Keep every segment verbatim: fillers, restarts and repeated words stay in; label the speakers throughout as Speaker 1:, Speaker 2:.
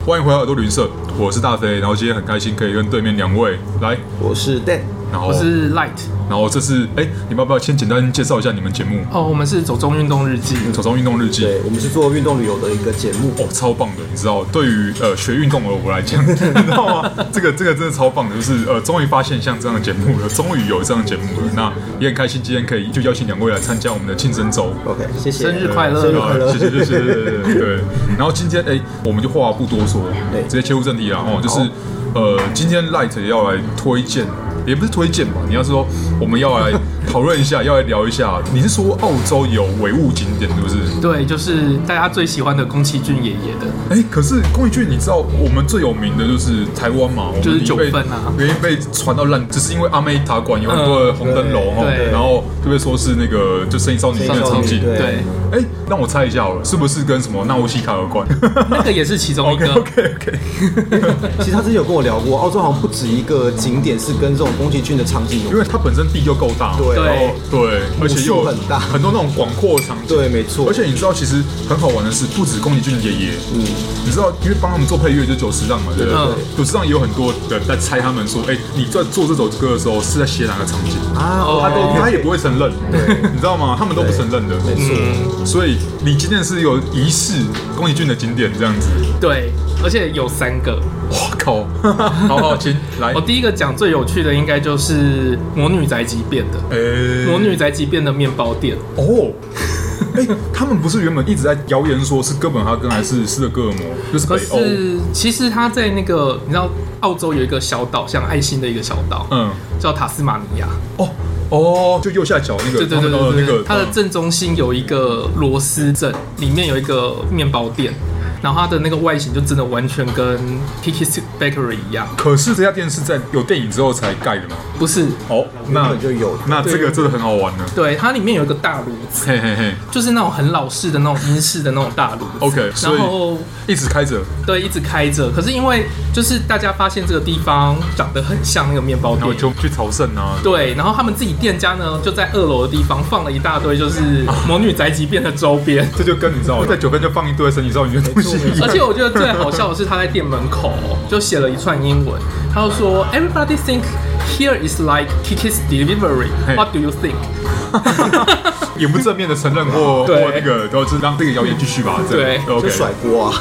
Speaker 1: 欢迎回到耳朵旅行社，我是大飞，然后今天很开心可以跟对面两位来，
Speaker 2: 我是 Dan，
Speaker 1: 然后
Speaker 3: 我是 Light，
Speaker 1: 然后这是哎，你们要不要先简单介绍一下你们节目？
Speaker 3: 哦，我们是走中运动日记，
Speaker 1: 走中运动日记，
Speaker 2: 对，我们是做运动旅游的一个节目，
Speaker 1: 哦，超棒的，你知道，对于呃学运动的我来讲，你知道吗？这个这个真的超棒的，就是呃终于发现像这样的节目了，终于有这样的节目了，那也很开心今天可以就邀请两位来参加我们的庆生周
Speaker 2: ，OK， 谢谢，
Speaker 3: 生日快乐，
Speaker 2: 生日快乐，
Speaker 1: 谢谢谢谢谢谢，对，然后今天哎，我们就话不多说，
Speaker 2: 对，
Speaker 1: 直接切入正题啦，哦，就是呃今天 Light 也要来推荐。也不是推荐吧，你要是说我们要来讨论一下，要来聊一下。你是说澳洲有伪物景点，是不是？
Speaker 3: 对，就是大家最喜欢的宫崎骏爷爷的。
Speaker 1: 哎、欸，可是宫崎骏，你知道我们最有名的就是台湾嘛，
Speaker 3: 就是九分啊，
Speaker 1: 原因被传到烂，只是因为阿妹塔馆有很多的红灯笼哦，然后就被说是那个就《神隐少女》里面的场景。
Speaker 3: 对，
Speaker 1: 哎、欸，让我猜一下好了，是不是跟什么纳乌西卡有关？
Speaker 3: 那个也是其中一个。
Speaker 1: OK OK OK。
Speaker 2: 其实他之前有跟我聊过，澳洲好像不止一个景点是跟这种宫崎骏的场景有关，
Speaker 1: 因为它本身地就够大，
Speaker 2: 对，
Speaker 1: 然后对，而且又
Speaker 2: 很大，
Speaker 1: 很多那种广阔的场景，
Speaker 2: 对，没错。
Speaker 1: 而且你知道，其实很好玩的是，不止宫崎骏爷爷，嗯，你知道，因为帮他们做配乐就是久石让嘛，对不对？久石让也有很多人在猜他们说，哎，你在做这首歌的时候是在写哪个场景
Speaker 2: 啊？
Speaker 1: 他都他也不会承认，对，你知道吗？他们都不承认的，
Speaker 2: 没错。
Speaker 1: 所以你今天是有疑似宫崎骏的景点这样子，
Speaker 3: 对。而且有三个，
Speaker 1: 哇靠！好好，请来。
Speaker 3: 我第一个讲最有趣的，应该就是魔女宅急便的，欸、魔女宅急便的面包店
Speaker 1: 哦。哎、欸，他们不是原本一直在谣言说是哥本哈根还是斯德哥尔摩，就是北欧。
Speaker 3: 是，其实他在那个你知道，澳洲有一个小岛，像爱心的一个小岛，嗯，叫塔斯马尼亚。
Speaker 1: 哦。哦，就右下角那个，
Speaker 3: 对对对对对，
Speaker 1: 那个，
Speaker 3: 它的正中心有一个螺丝镇，里面有一个面包店。然后它的那个外形就真的完全跟 Kiki's Bakery 一样。
Speaker 1: 可是这家店是在有电影之后才盖的吗？
Speaker 3: 不是。
Speaker 1: 哦，那
Speaker 2: 就有。
Speaker 1: 那这个真的很好玩呢。
Speaker 3: 对，它里面有一个大炉子，
Speaker 1: 嘿嘿嘿，
Speaker 3: 就是那种很老式的那种英式的那种大炉子。
Speaker 1: OK，
Speaker 3: 然后
Speaker 1: 一直开着。
Speaker 3: 对，一直开着。可是因为就是大家发现这个地方长得很像那个面包店，
Speaker 1: 然后就去朝圣啊。
Speaker 3: 对，然后他们自己店家呢就在二楼的地方放了一大堆就是魔女宅急便的周边。
Speaker 1: 这就跟你知道，在九份就放一堆神隐少女的东西。
Speaker 3: 而且我觉得最好笑的是，他在店门口就写了一串英文，他就说 ：“Everybody think here is like Kiki's delivery. What do you think？”
Speaker 1: 也不正面的承认或或那个，都是让这个谣言继续吧。
Speaker 3: 对，
Speaker 2: 就甩锅啊。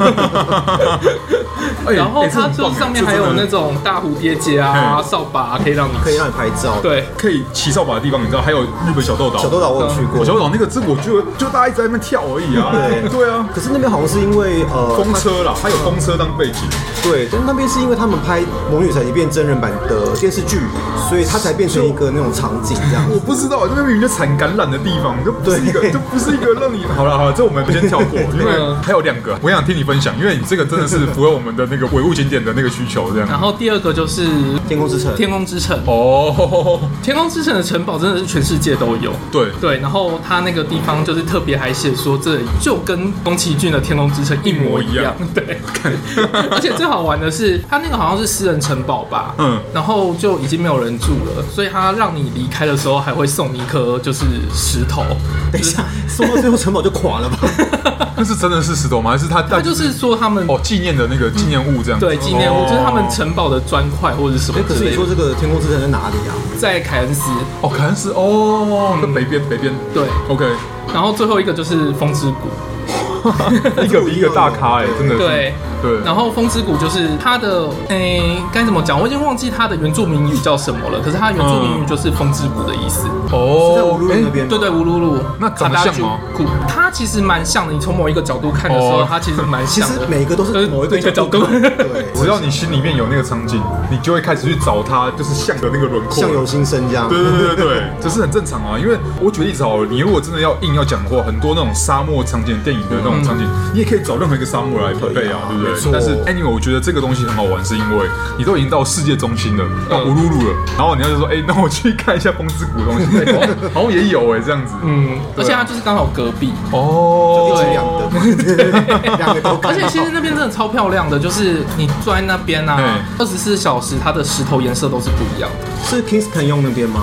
Speaker 3: 然后它就上面还有那种大蝴蝶结啊、扫把啊，可以让你
Speaker 2: 可以让你拍照。
Speaker 3: 对，
Speaker 1: 可以骑扫把的地方，你知道还有日本小豆岛。
Speaker 2: 小豆岛我有去过。
Speaker 1: 小豆岛那个，这我觉得就大家一直在那边跳而已啊。对对啊。
Speaker 2: 可是那边好像是因为呃
Speaker 1: 风车啦，它有风车当背景。
Speaker 2: 对，但那边是因为他们拍《魔女宅急便》真人版的电视剧，所以它才变成一个那种场景这样。
Speaker 1: 我不知道，那边明明就产橄榄的地方，就不是一个，就不是一个让你好了好了，这我们先跳过，因为还有两个，我想听你分享，因为你这个真的是符合我们的那个伪物景点的那个需求这样。
Speaker 3: 然后第二个就是
Speaker 2: 天空之城，
Speaker 3: 天空之城
Speaker 1: 哦，
Speaker 3: 天空之城的城堡真的是全世界都有。
Speaker 1: 对
Speaker 3: 对，然后它那个地方就是特别还写说，这就跟宫崎骏的天空之城一模一样。对，而且最好玩的是，它那个好像是私人城堡吧，嗯，然后就已经没有人住了，所以它让你离开的时候还会送你一颗就是石头。
Speaker 2: 等一下，送到最后城堡就垮了吧？
Speaker 1: 那是真的是石头吗？还是他？
Speaker 3: 他就是说他们
Speaker 1: 哦纪念的那个纪念物这样。
Speaker 3: 对，纪念物就是他们城堡的砖块或者是什么。
Speaker 2: 可是你说这个天空之城在哪里啊？
Speaker 3: 在凯恩斯。
Speaker 1: 哦，凯恩斯哦，在北边北边。
Speaker 3: 对
Speaker 1: ，OK。
Speaker 3: 然后最后一个就是风之谷。
Speaker 1: 一个比一个大咖哎，真的。
Speaker 3: 对
Speaker 1: 对。
Speaker 3: 然后风之谷就是它的诶，该怎么讲？我已经忘记它的原住民语叫什么了。可是它原住民语就是风之谷的意思。
Speaker 1: 哦，
Speaker 2: 是在乌鲁鲁那边。
Speaker 3: 对对，乌鲁鲁。
Speaker 1: 那长得像吗？
Speaker 3: 它其实蛮像的。你从某一个角度看的时候，它其实蛮像的。
Speaker 2: 其实每一个都是某一个角度。
Speaker 1: 对，只要你心里面有那个场景，你就会开始去找它，就是像的那个轮廓，
Speaker 2: 相由心生这样。
Speaker 1: 对对对对，这是很正常啊。因为我举例子好了，你如果真的要硬要讲的话，很多那种沙漠场景电影的那种场景，你也可以找任何一个沙漠来匹配啊，对不对？但是 anyway， 我觉得这个东西很好玩，是因为你都已经到世界中心了，到乌鲁鲁了，然后你要就说，哎，那我去看一下风之谷的东西，好像也有哎，这样子。嗯，
Speaker 3: 而且它就是刚好隔壁
Speaker 1: 哦，
Speaker 2: 就一起两的，两个都。
Speaker 3: 而且其实那边真的超漂亮的，就是你坐在那边啊，二十四小时它的石头颜色都是不一样的。
Speaker 2: 是 Kings Canyon 那边吗？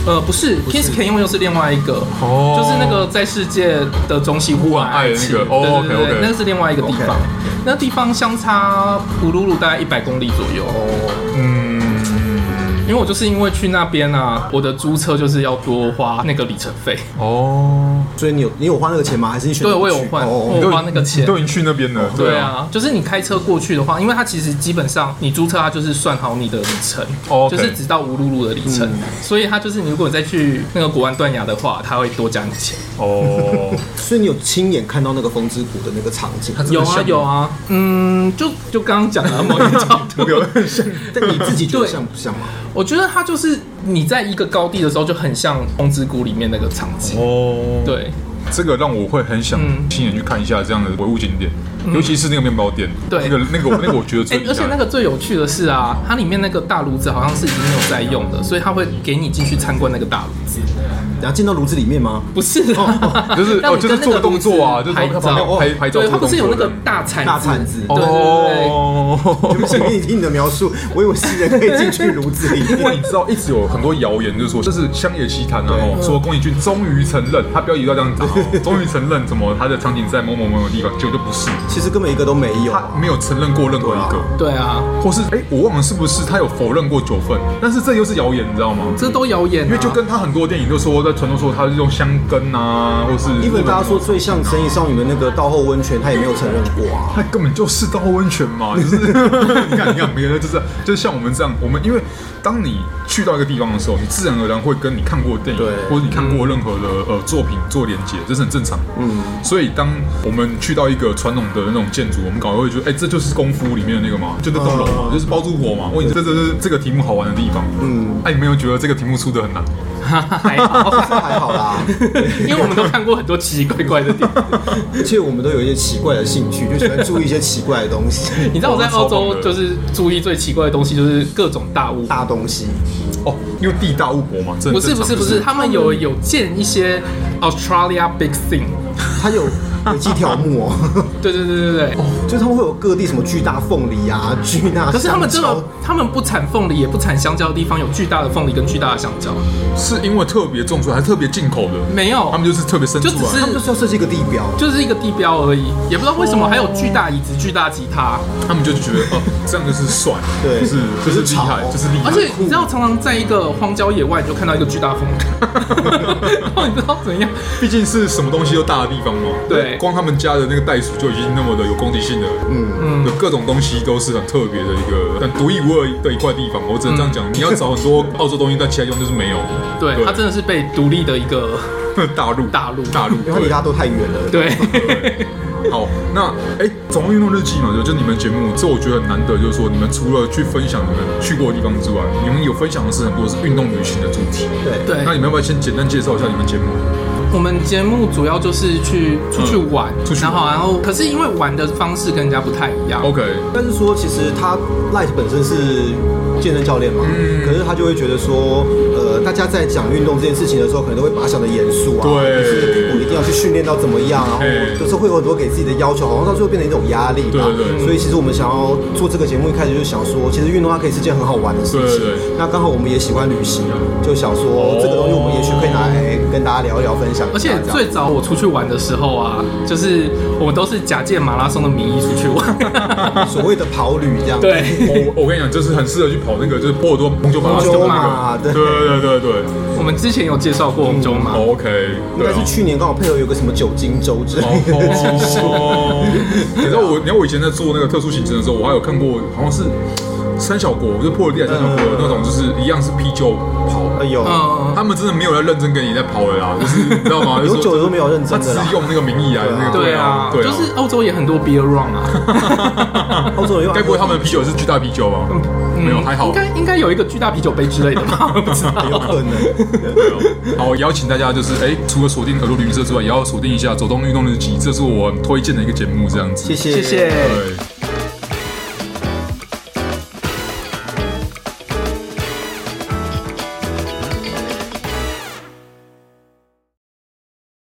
Speaker 3: 呃，不是 ，Kings Canyon 又是另外一个，哦，就是那个在世界的中心户外爱情，
Speaker 1: 那个，哦，对对对，
Speaker 3: 那个是另外一个地方，那地方相差乌鲁鲁大概一百公里左右，哦，嗯。因为我就是因为去那边啊，我的租车就是要多花那个里程费
Speaker 2: 哦，所以你有你有花那个钱吗？还是你选择
Speaker 3: 对我有花，哦、我有花那个钱，
Speaker 1: 都已经去那边了。
Speaker 3: 对啊，对啊，就是你开车过去的话，因为它其实基本上你租车它就是算好你的里程，哦、就是直到乌鲁鲁的里程，嗯、所以它就是你如果你再去那个古湾断崖的话，它会多加你钱。
Speaker 2: 哦，所以你有亲眼看到那个风之谷的那个场景？
Speaker 3: 有啊有啊，嗯，就就刚刚讲的某一个角度
Speaker 2: 有很像，但你自己觉得像不像吗？
Speaker 3: 我觉得它就是你在一个高地的时候就很像《风之谷》里面那个场景哦。对，
Speaker 1: 这个让我会很想亲眼去看一下这样的文物景点，嗯、尤其是那个面包店。对，那个那个那个我觉得最、欸。而
Speaker 3: 且那个最有趣的是啊，它里面那个大炉子好像是已经没有在用的，所以它会给你进去参观那个大炉子。
Speaker 2: 然后进到炉子里面吗？
Speaker 3: 不是，
Speaker 1: 哦、就是哦，就是做个动作啊，就是
Speaker 3: 拍照
Speaker 1: 拍拍照。
Speaker 3: 对，它不是有那个大铲
Speaker 2: 大铲子？
Speaker 3: 对对对。
Speaker 2: 对不起，你听你的描述，我以为是人可以进去炉子里面。
Speaker 1: 因为你知道，一直有很多谣言，就是说这是乡野奇谈啊，说宫崎骏终于承认，他标题要这样打，终于承认什么他的场景在某某某某地方，结果就不是。
Speaker 2: 其实根本一个都没有，
Speaker 1: 他没有承认过任何一个。
Speaker 3: 对啊，
Speaker 1: 或是哎，我忘了是不是他有否认过九份，但是这又是谣言，你知道吗？
Speaker 3: 这都谣言，
Speaker 1: 因为就跟他很多电影都说在传说说他是用香根啊，或是
Speaker 2: 因为大家说最像《神隐少女》的那个稻后温泉，他也没有承认过啊，
Speaker 1: 他根本就是稻后温泉嘛，就是你看你看，每个人就是就是像我们这样，我们因为当你去到一个地方的时候，你自然而然会跟你看过的电影或者你看过任何的呃作品做连接，这是很正常。嗯，所以当我们去到一个传统的那种建筑，我们搞会觉得，哎、欸，这就是功夫里面的那个嘛，就那栋楼嘛，就是包租婆嘛。我跟你说，这就是这个题目好玩的地方。嗯，哎、啊，你没有觉得这个题目出得很难？
Speaker 3: 还好，
Speaker 2: 还好啦，
Speaker 3: 因为我们都看过很多奇奇怪怪的电影，
Speaker 2: 而且我们都有一些奇怪的兴趣，就喜欢注意一些奇怪的东西。
Speaker 3: 你知道我在澳洲就是注意最奇怪的东西，就是各种大物、
Speaker 2: 大东西。
Speaker 1: 哦，因为地大物博嘛，
Speaker 3: 不是不是不是，他们有有建一些 Australia Big Thing，
Speaker 2: 它有。有机条目哦，
Speaker 3: 对对对对对，哦，
Speaker 2: 就是他们会有各地什么巨大凤梨啊，巨大，
Speaker 3: 可是他们这个他们不产凤梨也不产香蕉的地方有巨大的凤梨跟巨大的香蕉，
Speaker 1: 是因为特别种出来还是特别进口的？
Speaker 3: 没有，
Speaker 1: 他们就是特别生出来，
Speaker 3: 就只是
Speaker 2: 他们就是要设计一个地标，
Speaker 3: 就是一个地标而已，也不知道为什么还有巨大椅子、巨大吉他，
Speaker 1: 他们就觉得哦，这样就是帅，对，就是就是厉害，就是厉害。
Speaker 3: 而且你知道，常常在一个荒郊野外，你就看到一个巨大凤梨，然后你知道怎样？
Speaker 1: 毕竟是什么东西都大的地方嘛，对，光他们家的那个袋鼠就已经那么的有攻击性了，嗯嗯，有各种东西都是很特别的一个很独一无二的一块地方。我只能这样讲，你要找很多澳洲东西，但其他地方就是没有。
Speaker 3: 对，它真的是被独立的一个
Speaker 1: 大陆，
Speaker 3: 大陆，
Speaker 1: 大陆，
Speaker 2: 因为离大家都太远了。
Speaker 3: 对。
Speaker 1: 好，那哎，总运动日记嘛，就你们节目，这我觉得很难得，就是说你们除了去分享你们去过的地方之外，你们有分享的是很多是运动旅行的主题。
Speaker 2: 对
Speaker 3: 对。
Speaker 1: 那你们要不要先简单介绍一下你们节目？
Speaker 3: 我们节目主要就是去出去玩，嗯、出去玩然后然后，可是因为玩的方式跟人家不太一样。
Speaker 1: OK，
Speaker 2: 但是说其实他 Light 本身是健身教练嘛，嗯，可是他就会觉得说，呃，大家在讲运动这件事情的时候，可能都会把它想得严肃啊，对，就是我一定要去训练到怎么样，然后就是会有很多给自己的要求，好像到最后变成一种压力吧。对对。所以其实我们想要做这个节目，一开始就想说，其实运动它可以是件很好玩的事情。对对。那刚好我们也喜欢旅行，就想说这个东西我们也许可以拿来跟大家聊一聊，分享。
Speaker 3: 而且最早我出去玩的时候啊，就是我们都是假借马拉松的名义出去玩，
Speaker 2: 所谓的跑旅这样。
Speaker 3: 对，
Speaker 1: 我我跟你讲，就是很适合去跑那个，就是波尔多红酒马拉松那个。对对对对。
Speaker 3: 我们之前有介绍过红酒马。
Speaker 1: OK，
Speaker 2: 应该是去年刚好配合有个什么酒精周之类的。
Speaker 1: 哦。你知道我，你看我以前在做那个特殊行程的时候，我还有看过，好像是。三小国，就波尔蒂海三小国那种，就是一样是啤酒跑。哎呦，他们真的没有在认真跟你在跑了啦，就是你知道吗？
Speaker 2: 有酒都没有认真的，
Speaker 1: 他只是用那个名义啊，那个
Speaker 3: 对啊，对啊，就是欧洲也很多 beer run 啊。
Speaker 2: 欧洲有，
Speaker 1: 该不会他们的啤酒是巨大啤酒吧？没有，还好，
Speaker 3: 应该应该有一个巨大啤酒杯之类的吧？不知道，
Speaker 2: 有可能。
Speaker 1: 好，邀请大家就是哎，除了锁定耳朵旅行社之外，也要锁定一下《走动运动日记》，这是我很推荐的一个节目，这样子。
Speaker 2: 谢谢，
Speaker 3: 谢谢。